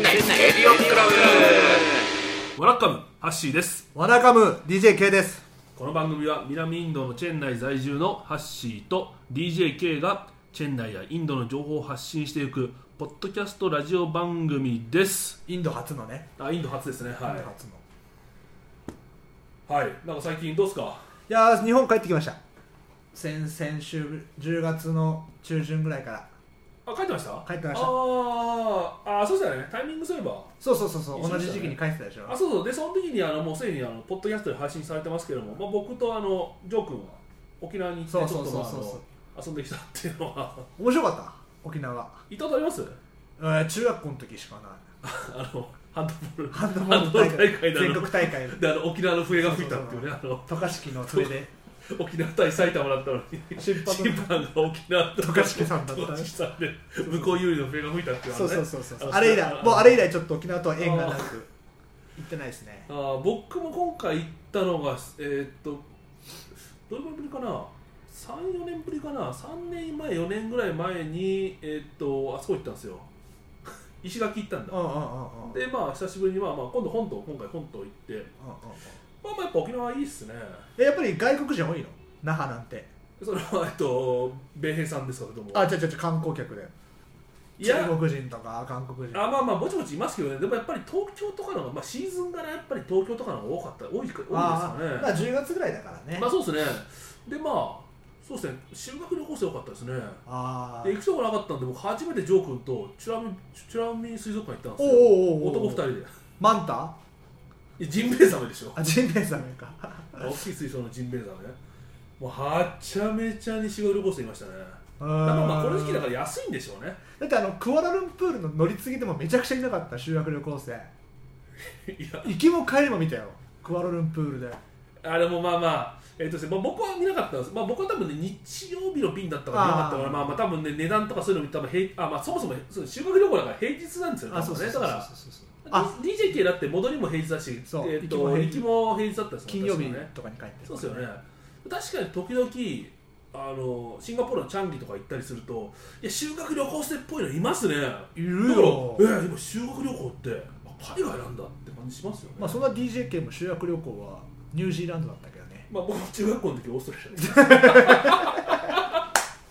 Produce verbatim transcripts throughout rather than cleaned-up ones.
レディオクラブ。ワラッカムハッシーです。 ワラカム ディージェーケー です。 この番組は南インドのチェンナイ在住のハッシーと ディージェーケー がチェンナイやインドの情報を発信していくポッドキャストラジオ番組です。 インド初のね。 あ、インド初ですね。はい。 インド初の。 はい。なんか最近どうですか？ いやー、日本帰ってきました。先々週じゅうがつの中旬ぐらいから。 あ、帰ってました？ 帰ってました。 あーあ、そうですよね。タイミングすれば。 そうそうそうそう、 ね、 同じ時期に帰ってたでしょ。 あ、そうそう。で、その時にあのもうすでにあのポッドキャストで配信されてますけども、まあ、僕とあのジョー君は沖縄に行ってちょっとまあ遊んできたっていうのは面白かった。沖縄。 行ったことあります？ えー、中学校の時しかない。 あのハンドボールハンドボール大会全国大会であの沖縄の笛が吹いたっていうね、あの渡嘉敷の笛で沖縄対埼玉だったのに審判が沖縄と渡嘉敷さんだった渡嘉敷さんで向こう有利の笛が吹いたっていうのね。 そうそうそうそう。あれ以来もうあれ以来ちょっと沖縄とは縁がなく行ってないですね。 あ、僕も今回行ったのがえー、っとどれぐらいぶりかな、さん、よねんぶりかな、さんねんまえよねんぐらい前にえー、っとあそこ行ったんですよ。石垣行ったんだ。 うんうんうんうん、 でまあ久しぶりに、まあ、まあ今度本島今回本島行って、うんうんうん、まあまあやっぱ沖縄いいっすね。 え、やっぱり外国人多いの？那覇なんて。 それはえっと米兵さんですか？どうも。 あ、じゃじゃじゃ観光客で。いや中国人とか韓国人。 あ、まあまあぼちぼちいますけどね。でもやっぱり東京とかの、まあ、シーズンからやっぱり東京とかの方が多かった多い多いですよね。 まあじゅうがつぐらいだからね。 まあそうですね。でまあそうですね、修学旅行生多かったですね。 あで行くとこなかったんで、僕初めてジョー君とチュラミチュラミ水族館行ったんですよ。 おおお男ふたりで。 マンタ？ いや、ジンベエザメでしょ。 あ、ジンベエザメか。 大きい水槽のジンベエザメ。もうはちゃめちゃに修学旅行生いましたね。だからまあこの時期だから安いんでしょうね。 だってあのクアラルンプールの乗り継ぎでもめちゃくちゃいなかった修学旅行生。いや行きも帰りも見たよ、クアラルンプールで。あれもまあまあ、えーとですね、まあ、僕は見なかったんです。まあ、僕は多分ね日曜日の便だったから見なかったから、まあまあ多分ね値段とかそういうの見たらあ、まあ、そもそも修学旅行だから平日なんですよね。だからディージェーケー だって戻りも平日だし、えー、と行きも平日だったんですよ。 金曜日とかに帰ってる。 そうですよね。確かに時々あのシンガポールのチャンギとか行ったりすると、いや修学旅行生っぽいのいますね。 いるよ。 だから、えー、今修学旅行って海外なんだって感じしますよね。 まあそんな ディージェーケー も修学旅行はニュージーランドだったけどね。 まあ僕も中学校の時オーストラリア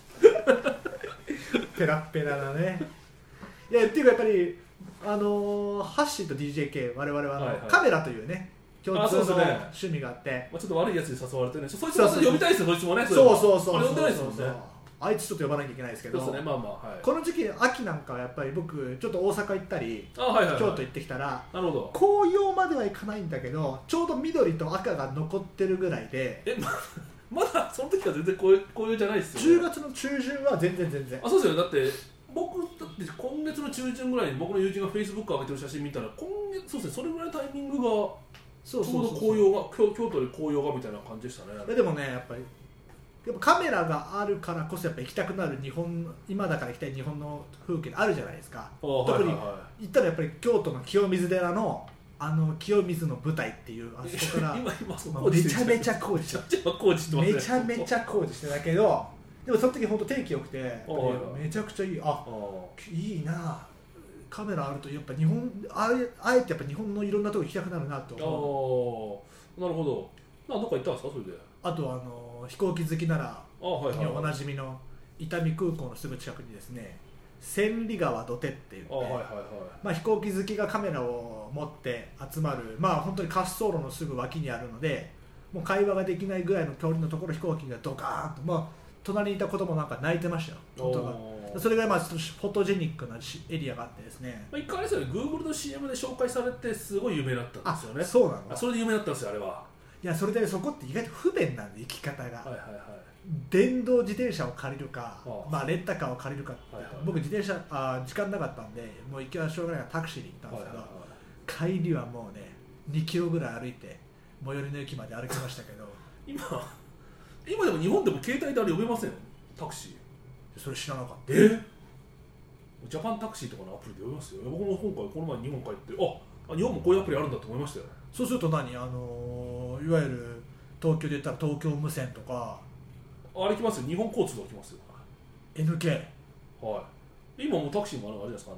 ペラッペラだね。いやっていうかやっぱりあのー、ハッシーと ディージェーケー 我々はあの、はいはい、カメラというね共通の趣味があって、ね、 まあ、ちょっと悪いやつに誘われてね、そいつも呼びたいですよ。そいつもね。 そうそうそうそう。 呼んでないですもんね。 あいつちょっと呼ばなきゃいけないですけど、 そうですね、まあまあ、はい、 この時期秋なんかはやっぱり僕ちょっと大阪行ったり、 あ、はいはいはい、 京都行ってきたら、 なるほど、 紅葉まではいかないんだけどちょうど緑と赤が残ってるぐらいで、 え、ま, まだその時は全然紅葉じゃないですよね。 じゅうがつの中旬は全然全然。 あ、そうですよね。だって僕だって今月の中旬ぐらいに僕の友人がフェイスブック上げてる写真見たら、今月そうですね、それぐらいのタイミングがちょうど紅葉が京都で紅葉がみたいな感じでしたね。 でもね、やっぱりやっぱカメラがあるからこそやっぱ行きたくなる日本、今だから行きたい日本の風景あるじゃないですか。特に行ったらやっぱり京都の清水寺のあの清水の舞台っていうあそこから今今そこめちゃめちゃ工事してめちゃめちゃ工事してたけど、でもその時本当天気良くてめちゃくちゃいい。あ、いいな、カメラあるとやっぱ日本 あ, あえてやっぱ日本のいろんなとこ行きたくなるなと思う。なるほど。な、どっか行ったんですかそれで。 あとあの飛行機好きならおなじみの伊丹空港のすぐ近くにですね、千里川土手って言って、 はいはいはい、 まあ、飛行機好きがカメラを持って集まる、まあ本当に滑走路のすぐ脇にあるので、もう会話ができないぐらいの距離のところ飛行機がドカーンと、まあ、隣にいた子供なんか泣いてましたよ。本当がそれぐらいまあフォトジェニックなエリアがあってですね、 まあ、一回あれですよね、Google の シーエム で紹介されてすごい有名だったんですよね。 あ、そうなの？ あ、それで有名だったんですよ、あれは。 いや、それでそこって意外と不便なんで行き方が、はいはいはい、 電動自転車を借りるか、 ああ、 まあ、レンタカーを借りるかって、はいはい、僕自転車あ時間なかったんでもう行きはしょうがないからタクシーで行ったんですけど、はいはいはい、帰りはもうねにキロぐらい歩いて最寄りの駅まで歩きましたけど今今でも日本でも携帯であれ呼べません？タクシーそれ知らなかった。 えジャパンタクシーとかのアプリで呼べますよ。僕も今回この前日本帰ってあ日本もこういうアプリあるんだと思いましたよ。 そうすると何、あのー、いわゆる東京で言ったら東京無線とかあれ来ますよ、日本交通とか来ますよ。 エヌケー。 はい。今もうタクシーもあるあれですか、あの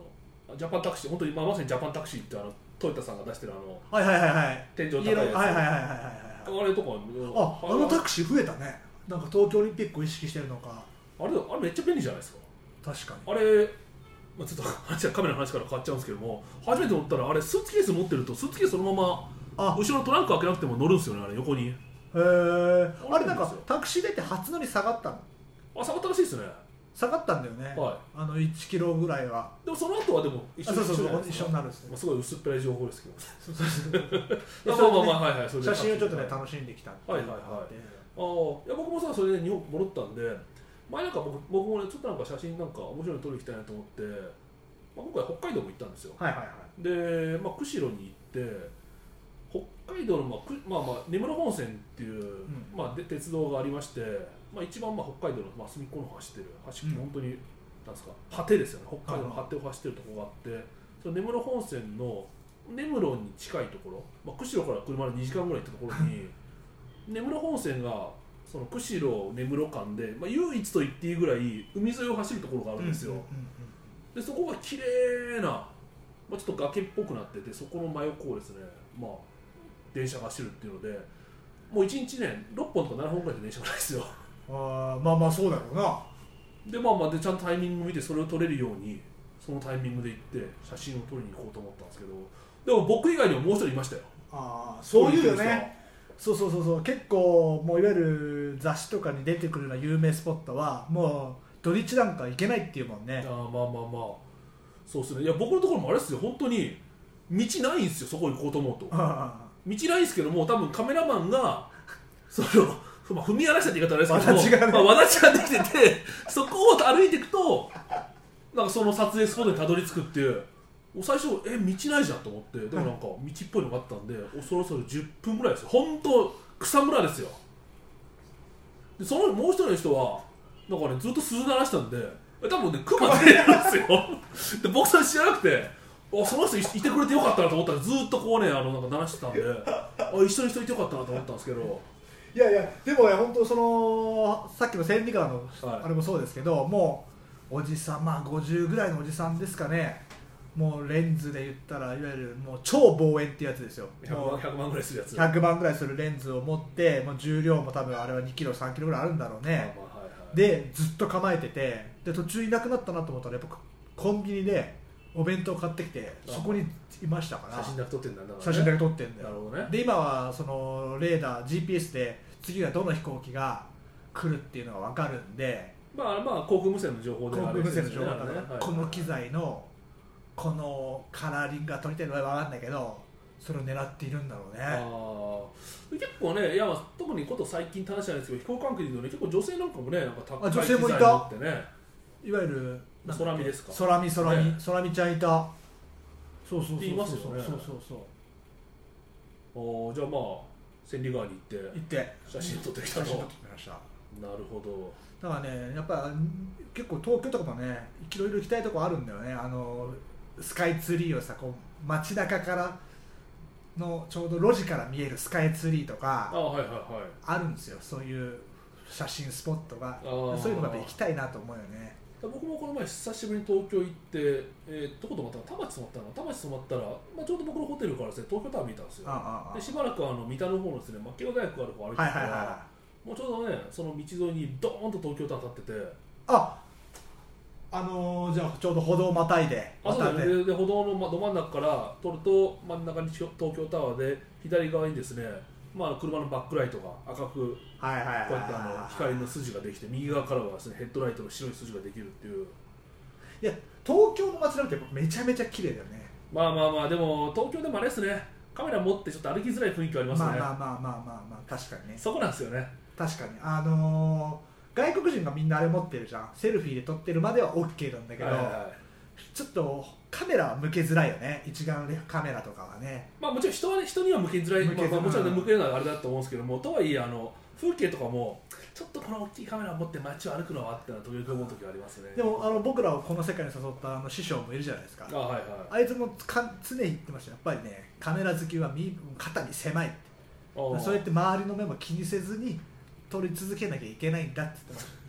ジャパンタクシー、本当に、まあ、まさにジャパンタクシーってあのトヨタさんが出してるあのはいはいはいはい天井高いやつ、 はいはいはいはいはいはいあれとかああのタクシー増えたね。なんか東京オリンピックを意識してるのか。 あれあれめっちゃ便利じゃないですか。 確かにあれ、まあ、ちょっと話がカメラの話から変わっちゃうんですけども、初めて乗ったらあれスーツケース持ってるとスーツケースそのまま後ろのトランク開けなくても乗るんですよね、あれ横に。へえ。あれなんかタクシー出て初乗り下がったの。 あ、下がったらしいですね。 下がったんだよね、はい、あのいちキロぐらいは。 でもその後はでも一緒に一緒になるんですね。 まあ、すごい薄っぺらい情報ですけどそうそうそうまあまあまあはいはい、 写真をちょっとね楽しんできたっていうのがあって、 はいはいはい、あいや僕もさそれで日本戻ったんで、前なんか 僕, 僕もねちょっとなんか写真なんか面白いの撮りに行きたいなと思って、まあ、今回北海道も行ったんですよ。 はいはいはい、 で、まあ、釧路に行って北海道の、まあまあ、まあ根室本線っていう、うんまあ、で鉄道がありまして、まあ、一番まあ北海道の、まあ、隅っこの方走ってる端っこ、うん、本当になんですか果てですよね、北海道の果てを走ってるところがあって、その根室本線の根室に近いところ、まあ、釧路から車でにじかんぐらい行ったところに根室本線がその釧路根室間で、まあ、唯一と言っていいぐらい海沿いを走るところがあるんですよ。でそこが綺麗な、まあ、ちょっと崖っぽくなってて、そこの真横をですね、まあ、電車が走るっていうので、もういちにちねろっぽんとかななほんぐらいで電車がないですよ。 あまあまあそうだろうな。 でまあまあでちゃんとタイミング見てそれを撮れるようにそのタイミングで行って写真を撮りに行こうと思ったんですけど、でも僕以外にももう一人いましたよ。 ああそういうよね。そうそうそうそう、結構もういわゆる雑誌とかに出てくるような有名スポットはもう土日なんか行けないっていうもんね。 あまあまあまあそうですね。いや僕のところもあれですよ、本当に道ないんですよ、そこ行こうと思うと。道ないんですけども、多分カメラマンがそのまあ、踏み荒らしたって言い方あれですけども、わだちができてて、そこを歩いていくとなんかその撮影スポットにたどり着くっていう。最初え道ないじゃんと思って、でもなんか道っぽいのがあったんで、そろそろじゅっぷんぐらいですよ、本当草むらですよ。でそのもう一人の人はなんかねずっと鈴鳴らしたんで、多分ねクマ出てるんですよで僕それ知らなくて、あその人 い, いてくれてよかったなと思ったら、ずっとこうねあのなんか鳴らしてたんであ一緒に人いてよかったなと思ったんですけど、 いやいやでもね本当そのさっきの千里川のあれもそうですけど、はい、もうおじさん、まあごじゅうぐらいのおじさんですかね、もうレンズで言ったらいわゆるもう超望遠ってやつですよ。 ひゃくまんぐらいするやつ、 ひゃくまんぐらいするレンズを持って、もう重量も多分あれはにキロさんキロぐらいあるんだろうね、まあまあはいはい、でずっと構えてて、で途中いなくなったなと思ったらやっぱコンビニでお弁当買ってきてそこにいましたから、 写真だけ撮ってんだよ、ね、 写真だけ撮ってんだよ。 なるほどね。 で今はそのレーダー ジーピーエス で次はどの飛行機が来るっていうのが分かるんで、 まあまあ航空無線の情報で航空無線の情報だから、 ね、 この機材のこのカラーリングが撮りたいのは分かんないけど、それを狙っているんだろうね。 あ結構ね、いや特にこと最近話じゃないですけど、飛行関係でいうとね、結構女性なんかもね、なんか高い機材持ってね、 いわゆる空見ですか、 空見空見、ね、空見ちゃんいた。そうそうそうそう言いますよね。 そうそうそうそう。じゃあまあ千里川に行って行って写真撮ってきたの。 写真撮ってきました。 なるほど。 だからね、やっぱ結構東京とかもね、いろいろ行きたいとこあるんだよね。あのスカイツリーをさ、こう街中からのちょうど路地から見えるスカイツリーとかあ、はいはいはい、 あるんですよ。そういう写真スポットが、そういうのが行きたいなと思うよね。 僕もこの前久しぶりに東京行って、えー、どこ泊まったの？田町泊まったの？田町泊まったら、まあ、ちょうど僕のホテルからですね、東京タワー見えたんですよ。あああでしばらくあの三田の方のですね、マッケオ大学がある方歩いてたら、はいはいはい、もうちょうどね、その道沿いにドーンと東京タワー立ってて、 ああのー、じゃあちょうど歩道をまたいで、 あそうですね、で歩道のど真ん中から撮ると真ん中に東京タワーで左側にですね、まあ、車のバックライトが赤くこうやってあの光の筋ができて、右側からはですねヘッドライトの白い筋ができるっていう。 いや東京の街なんてめちゃめちゃ綺麗だよね。 まあまあまあ、でも東京でもあれですね、カメラ持ってちょっと歩きづらい雰囲気ありますね。 まあまあまあまあまあまあ確かにね。 そこなんですよね。 確かにあのー、外国人がみんなあれ持ってるじゃん、セルフィーで撮ってるまでは OK なんだけど、はいはいはい、ちょっとカメラは向けづらいよね、一眼レフカメラとかはね。 まあもちろん人は、ね、人には向けづらい、まあ、まあもちろん、ね、向けるのはあれだと思うんですけども、とはいえあの風景とかもちょっとこの大きいカメラを持って街を歩くのはってのは時々思う時はありますね。 でもあの僕らをこの世界に誘ったあの師匠もいるじゃないですか。 あ、はいはい、 あいつもか常に言ってましたよ、やっぱりねカメラ好きは肩身狭いって、そうやって周りの目も気にせずに撮り続けなきゃいけないんだって言ってました。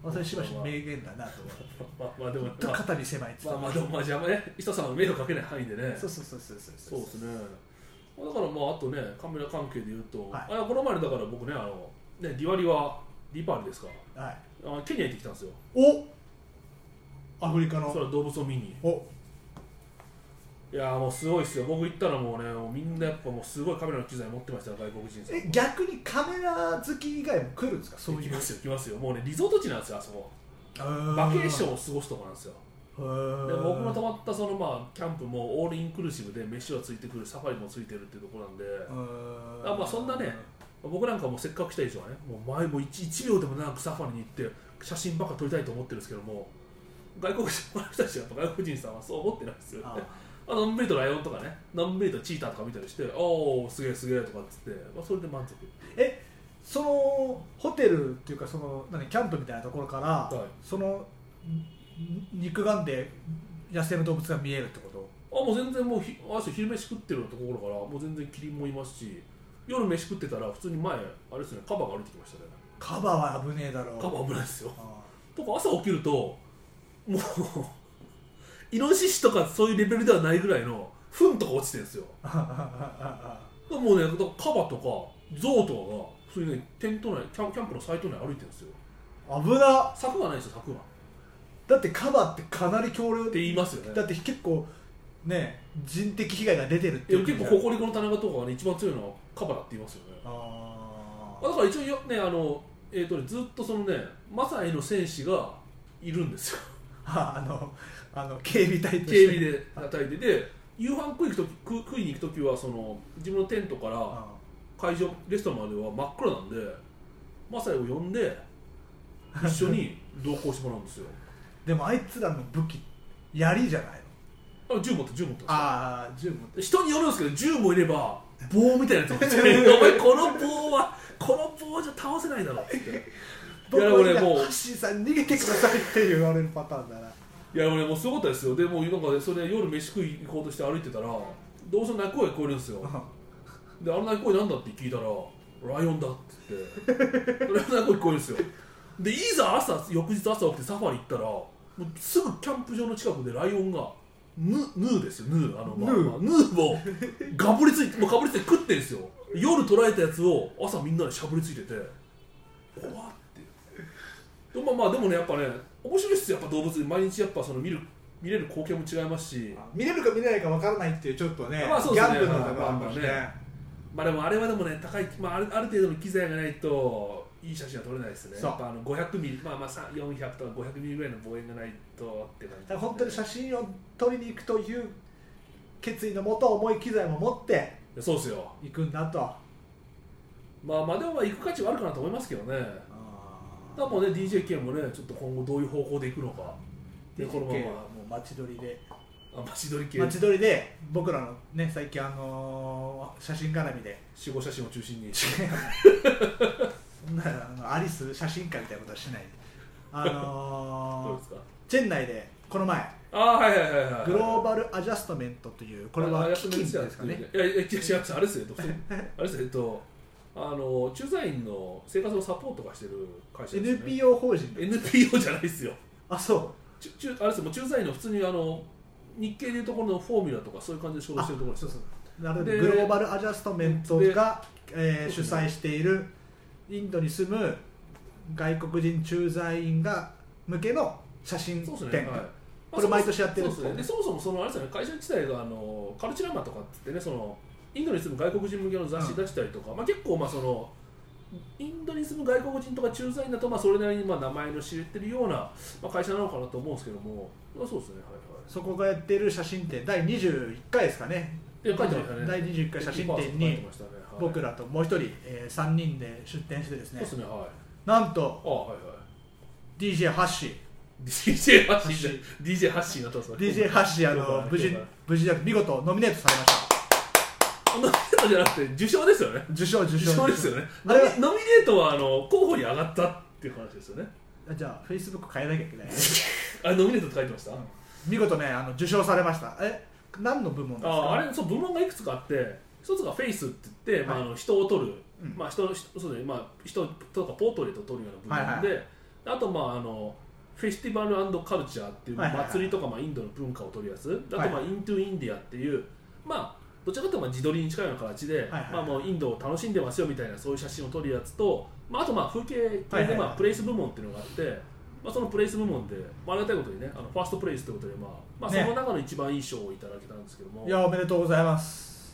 まあ、それしばし名言だなと思まあまあでもと肩身狭いっつって、 まあまあでもまあ邪魔ね人様の迷惑かけない範囲でねそうそうそうそうそうそうですねだからまああとねカメラ関係で言うと、 はい、 あこの前だから僕ねあのねディワリはディパーリですか、 はい、 あケニア行ってきたんですよ。 おアフリカのそれは動物を見に。 おいやもうすごいですよ。僕行ったらもうねもうみんなやっぱもうすごいカメラの機材持ってましたよ外国人さん。 え逆にカメラ好き以外も来るんですか。そういう来ますよ来ますよ。もうねリゾート地なんですよあそこ。バケーションを過ごすとこなんですよ。で僕の泊まったそのまあキャンプもオールインクルーシブで飯はついてくるサファリもついてるっていうところなんで、あまあそんなね僕なんかもうせっかく来た以上はねもう前も 1, いちびょうでも長くサファリに行って写真ばっか撮りたいと思ってるんですけども外国人の人たちはやっぱ外国人さんはそう思ってないですよね。あのんびりとライオンとかねのんびりとチーターとか見たりしておおすげえすげえとかっつって、まあ、それで満足。 えそのホテルっていうかその何キャンプみたいなところから、はい、その肉眼で野生の動物が見えるってこと。 あもう全然もうひあ昼飯食ってるところからもう全然キリンもいますし夜飯食ってたら普通に前あれですねカバが歩いてきましたね。 カバは危ねえだろう。 カバ危ないですよ。とか朝起きるともうイノシシとかそういうレベルではないぐらいの糞とか落ちてるんですよもうねカバとかゾウとかが普通にねテント内キャン、キャンプのサイト内歩いてるんですよ。 危な。 柵がないですよ柵が。 だってカバってかなり強力って言いますよね。 だって結構ね人的被害が出てるっていう。 結構ココリコの田中とかがね一番強いのはカバだって言いますよね。あだから一応ねあの、えーとね、ずっとそのねマサイの戦士がいるんですよあのあの警備隊として警備で叩いてで夕飯食いに行くとき食いに行くときはその自分のテントから会場レストランまでは真っ暗なんでマサイを呼んで一緒に同行してもらうんですよでもあいつらの武器槍じゃないの。あ銃持って銃持ってます。 ああ銃持って人によるんですけど銃もいれば棒みたいなやつもいてお前この棒はこの棒じゃ倒せないだろって僕はねもうハッシーさん逃げてくださいって言われるパターンだな。 いや俺もうすごかったですよ。でもなんか、ね、それ夜飯食い行こうとして歩いてたらどうせ鳴き声聞こえるんですよであの鳴き声なんだって聞いたらライオンだって言ってそれ鳴き声聞こえるんですよ。でいざ朝翌日朝起きてサファリ行ったらもうすぐキャンプ場の近くでライオンがヌヌーですよヌーあの、まあまあ、ヌーをガブリついてもうガブリついて食ってんですよ。夜捕らえたやつを朝みんなでしゃぶりついてて怖ってまあまあでもねやっぱね面白いっすよやっぱ動物で毎日やっぱその見る見れる光景も違いますし見れるか見れないかわからないっていうちょっとね、 まあそうですね、 ギャンブルのところあるかもしれない。 まあでもあれはでもね高い、まあ、あるある程度の機材がないといい写真は撮れないですね。やっぱあのごひゃくミリまあまあよんひゃくとかごひゃくミリぐらいの望遠がないとって感じ、ね、 本当に写真を撮りに行くという決意のもと重い機材も持ってそうですよ行くんだと。 まあまあでもまあ行く価値はあるかなと思いますけどね。だからもうね ディージェーケー もねちょっと今後どういう方向で行くのか。 でこのままもう街撮りであ街撮り系街撮りで僕らのね最近あのー、写真絡みで集合写真を中心にそんなあのアリス写真家みたいなことはしないであのー、 どうですかチェン内でこの前あはいはいはいはい、 グローバルアジャストメントというこれは基金ですかね。 いやいや違いますあれですよあれですよえっとあの駐在員の生活のサポートがしてる会社ですね。 エヌピーオー 法人エヌピーオー じゃないですよ。 あそうちゅあれですよもう駐在員の普通にあの日系でいうところのフォーミュラとかそういう感じで仕事してるところですよ。 そうそうなるほどグローバルアジャストメントが、えー、主催しているインドに住む外国人駐在員が向けの写真展、そうですね、はい、これ毎年やってるんですよね。 そもそもそのあれですよね会社自体があのカルチュラマとかってねそのインドに住む外国人向けの雑誌出したりとか、うんまあ、結構まあそのインドに住む外国人とか駐在員だとまあそれなりにまあ名前の知れてるような、まあ、会社なのかなと思うんですけども、まあ、そうですね、はいはい、そこがやってる写真展だいにじゅういっかいですかね。 書いてましたね。 だいにじゅういっかい写真展に僕らともう一人、えー、さんにんで出展してですね。 そうですね、はい、 なんとあ、はいはい、 ディージェー ハッシーディージェー ハッシー ディージェー ハッシーになったんですか。 ディージェー ハッシーあの無事無事見事ノミネートされました。 ノミネートじゃなくて受賞ですよね。 受賞受賞受賞ですよね。あれノミネートはあの候補に上がったっていう話ですよね。 じゃあフェイスブック変えなきゃいけないあれノミネートって書いてました、うん、 見事ねあの受賞されました。え何の部門ですか。 ああれそう部門がいくつかあって一つがフェイスって言って、はいまあ、あの人を撮る、うんまあ 人, 人, そう、ねまあ、人とかポートレートを撮るような部門で、はいはい、 あとまああのフェスティバル&カルチャーっていう祭りとかまあインドの文化を取るやつ、あとまあイントゥインディアっていうまあどちらかというとまあ自撮りに近いような形で、まあもうインドを楽しんでますよみたいなそういう写真を撮るやつと、まああとまあ風景系でまあプレイス部門っていうのがあって、まあそのプレイス部門でまあありがたいことにね、あのファーストプレイスということでまあまあその中の一番いい賞をいただけたんですけども、 いやおめでとうございます。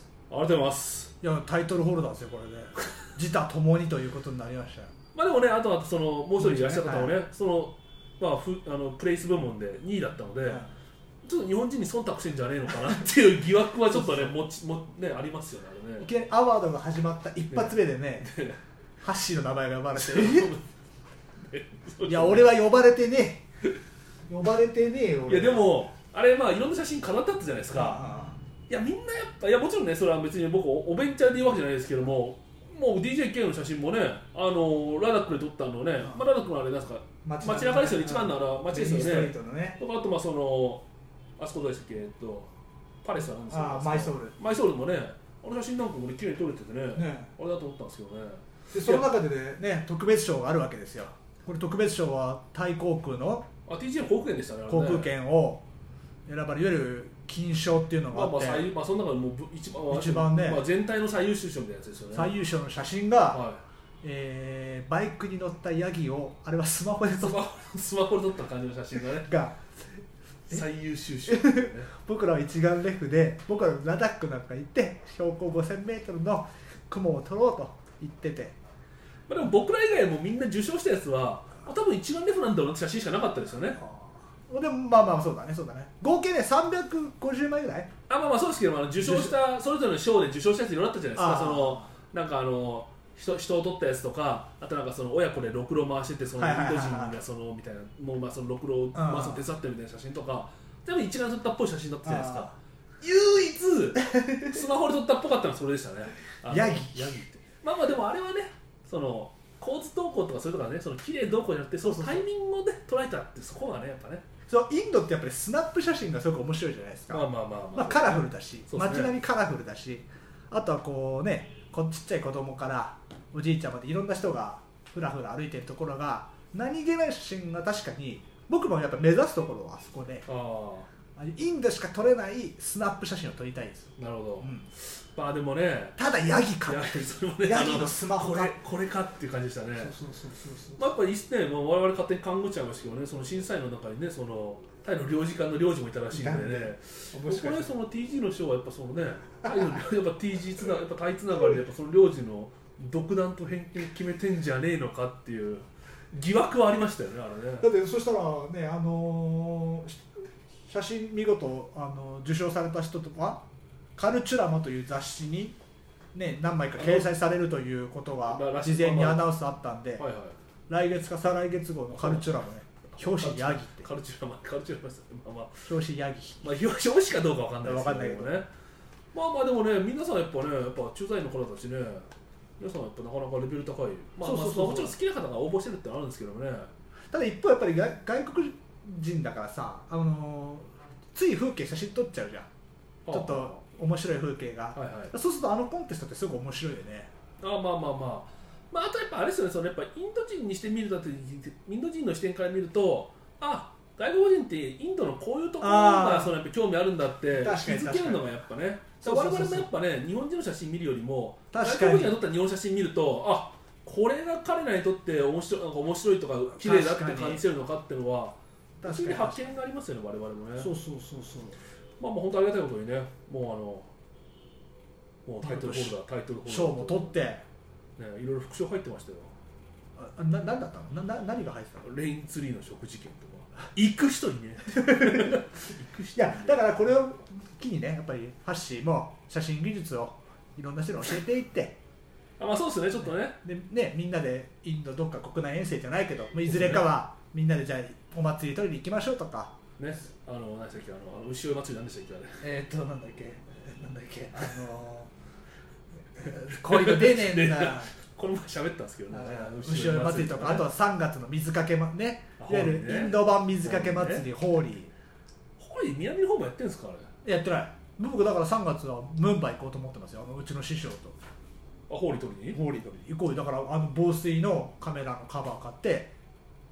ありがとうございます。 いやタイトルホルダーですよこれで自他ともにということになりましたよ。 まあでもね、あとはそのもう一人いらっしゃった方もね、はい、そのまあふあのプレイス部門でにいだったので、はい、ちょっと日本人に忖度してんじゃねえのかなっていう疑惑はちょっとねもちもねありますよね。あれねいきなりアワードが始まった一発目でね、ねハッシーの名前が呼ばれていや俺は呼ばれてね呼ばれてねえよ。 いやでもあれまあいろんな写真飾ってあったじゃないですか。いやみんなやっぱいやもちろんねそれは別に僕おべんちゃんで言うわけじゃないですけども、もう ディージェーケー の写真もねあのラダックで撮ったのね、まあ、ラダックのあれなんですか街中ですよね、一番のあの街ですよね。ねとかあとまあそのあそこどうでしたっけ、えっとパレスはなんですか、 あマイソールマイソールもねあの写真なんかもね綺麗に撮れててね、ねあれだと思ったんですけどね。 でその中でね特別賞があるわけですよ。これ特別賞はタイ航空のあ ティージェー の航空券でしたね。 航空券を選ばれいわゆる金賞っていうのがあって、 まあまあ最まあその中でもう一番一番ね、 まあ、全体の最優秀賞みたいなやつですよね。 最優秀の写真が、はいえー、バイクに乗ったヤギをあれはスマホで撮ったスマホで撮った感じの写真がねが最優秀賞、ね、 僕らは一眼レフで僕らはラダックなんか行って標高ごせんメートルの雲を撮ろうと言ってて、 まあ、でも僕ら以外もみんな受賞したやつは多分一眼レフなんだろうなって写真しかなかったですよね。 でもまあまあそうだねそうだね合計ねさんびゃくごじゅうまいぐらい。 あまあまあそうですけど、あの受賞したそれぞれの賞で受賞したやついろいろあったじゃないですか。そのなんかあの人, 人を撮ったやつとか、あとなんかその親子でろくろ回しててそのインド人がそのみたいなもうまあそのろくろを回すの手伝ってるみたいな写真とか、全部一眼撮ったっぽい写真だったじゃないですか。唯一スマホで撮ったっぽかったのはそれでしたね。 ヤギヤギってまあまあでもあれはねその構図投稿とかそれとかねその綺麗どうこうじゃなくてそのタイミングで捉えたってそこがねやっぱね。 そうインドってやっぱりスナップ写真がすごく面白いじゃないですか。 まあまあまあまあ、 まあ、カラフルだし、 ね、 街並みカラフルだし、あとはこうねこちっちゃい子供からおじいちゃんまでいろんな人がふらふら歩いてるところが何気ない写真が確かに僕もやっぱ目指すところはあそこで、あインドしか撮れないスナップ写真を撮りたいです。 なるほど、 うん、 まあでもねただヤギかって、ね、ヤギのスマホこれこれかっていう感じでしたね。 そうそうそうそう、 まあ、やっぱりね、まあ、我々勝手に勘ぐっちゃいましたけどね、その審査員の中にねそのタイの領事館の領事もいたらしいんでね、これその ティージー の賞はやっぱそのねタイのやっぱ ティージー つなやっぱタイつながりでやっぱその領事の独断と偏見決めてんじゃねえのかっていう疑惑はありましたよねあれね。 だってそしたらねあのー、写真見事あの受賞された人とかカルチュラマという雑誌にね何枚か掲載されるということが事前にアナウンスあったんで、はいはい、来月か再来月号のカルチュラマね表紙ヤギってカルチュラマカルチュラマですね、まあまあ、 表紙ヤギ、 まあ、表紙かどうかわかんないですけどね。まあまあでもね皆さんやっぱねやっぱ駐在員の方たちね皆さんやっぱなかなかレベル高い、まあまあもちろん好きな方が応募してるってあるんですけどね。 ただ一方やっぱり外外国人だからさあのー、つい風景写真撮っちゃうじゃん。ちょっと面白い風景が、はいはい、そうするとあのコンテストってすごい面白いよね。 あまあまあまあまああとやっぱあれですよね、そのやっぱインド人にしてみるとインド人の視点から見るとあ外国人ってインドのこういうところがそのやっぱ興味あるんだって気づけるのがやっぱね。我々もやっぱね日本人の写真見るよりも外国人が撮った日本写真見るとあこれが彼らにとって面白いなんか面白いとか綺麗だって感じてるのかっていうのは確かに発見がありますよね我々もね。 そうそうそうそう。 まあまあ本当ありがたいことにねもうあのもうタイトルホルダータイトルホルダー賞も取ってねいろいろ副賞入ってましたよ。 あな何だったのなな何が入ってたの。 レインツリーの食事券とか行く人にね行く人にねいやだからこれを機にねやっぱりハッシーも写真技術をいろんな人に教えていってあまあそうですねちょっとねでねみんなでインドどっか国内遠征じゃないけどいずれかはみんなでじゃあお祭り取りに行きましょうとかねあの何でしたっけあの牛追い祭りなんでしたっけあれえー、っとなんだっけなんだっけあのー、こういうの出ねえんだこの前喋ったんですけどね牛追い祭りとか、ね、あとはさんがつの水かけまねいわゆるインド版水かけ祭り、ね、ホーリーホーリー南の方もやってるんですかあれ。 やってない。僕だからさんがつはムンバイ行こうと思ってますよあのうちの師匠と。 あホーリー取りにホーリー取りに行こうよ。だからあの防水のカメラのカバー買って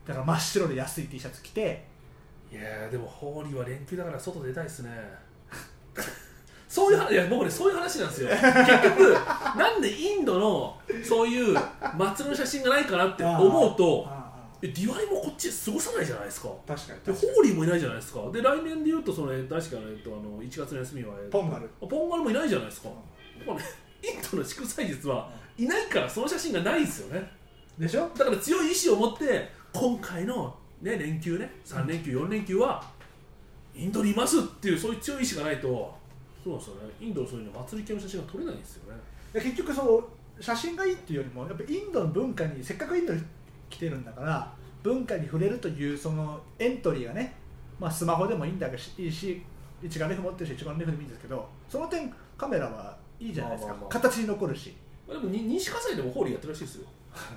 だから真っ白で安い T シャツ着て、 いやーでもホーリーは連休だから外出たいですねそういう話、いや僕ねそういう話なんですよ結局なんでインドのそういう祭りの写真がないかなって思うとえディワリもこっちで過ごさないじゃないですか。 確かにでホーリーもいないじゃないですか。で来年でいうとその、ね、確か、ね、あのいちがつの休みはポンガルポンガルもいないじゃないですか、うん、ね、インドの祝祭日はいないからその写真がないんですよね。 でしょ。 だから強い意志を持って今回の、ね、連休ねさん連休よん連休はインドにいますっていうそういう強い意志がないとそうですよね、インドのそういうの祭り系の写真が撮れないんですよね。 結局その写真がいいっていうよりもやっぱインドの文化にせっかくインドに来てるんだから文化に触れるというそのエントリーがね、まあ、スマホでもいいんだけどいいし一眼レフ持ってるし一眼レフでもいいんですけどその点カメラはいいじゃないですか、まあまあまあ、形に残るし。 でも西葛西でもホーリーやってるらしいですよ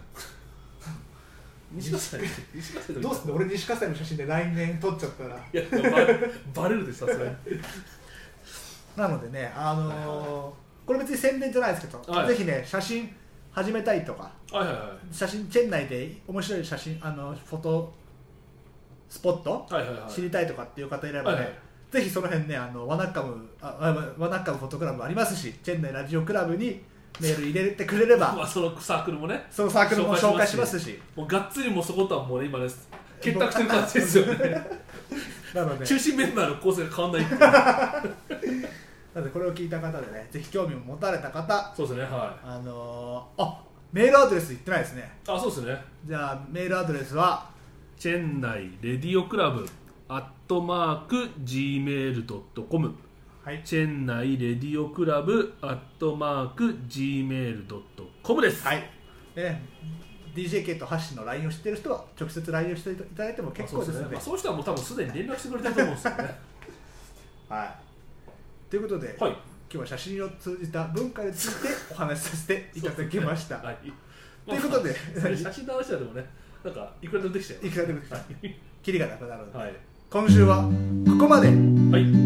西葛西西葛西どうすんの俺西葛西の写真で来年撮っちゃったらいやバレバレるでさすがになのでね、あのーはいはい、これ別に宣伝じゃないですけど、はい、ぜひね写真始めたいとか、 はいはいはい、 写真チェン内で面白い写真あのフォトスポット、はいはいはい、知りたいとかっていう方いればね、はいはい、ぜひその辺ねあのワナッカムあワナッカムフォトクラブもありますしチェン内ラジオクラブにメール入れてくれればまあそのサークルもねそのサークルも紹介しますしもうがっつりもうそことはもうね今ね結託してる感じですよねなので中心メンバーの構成が変わんないっていうなのでこれを聞いた方でねぜひ興味を持たれた方そうですねはいあのー、あメールアドレス言ってないですね。 あそうですね。 じゃあメールアドレスはチェンナイレディオクラブアットマーク ジーメールドットコム、はい、チェンナイレディオクラブアットマーク ジーメールドットコム です。 はい。で ディージェーケー とハッシーの ライン を知ってる人は直接 ライン をしていただいても結構ですので、 そうですね。まあ、そういう人はもう多分すでに連絡してくれたと思うんですよねはいということで、はい、今日は写真を通じた文化についてお話しさせていただきました、ねはい、ということで、 まあ、写真の話はでもねなんかいくらでもできたよいくらでもできたキリがなくなるので、はい、今週はここまで、はい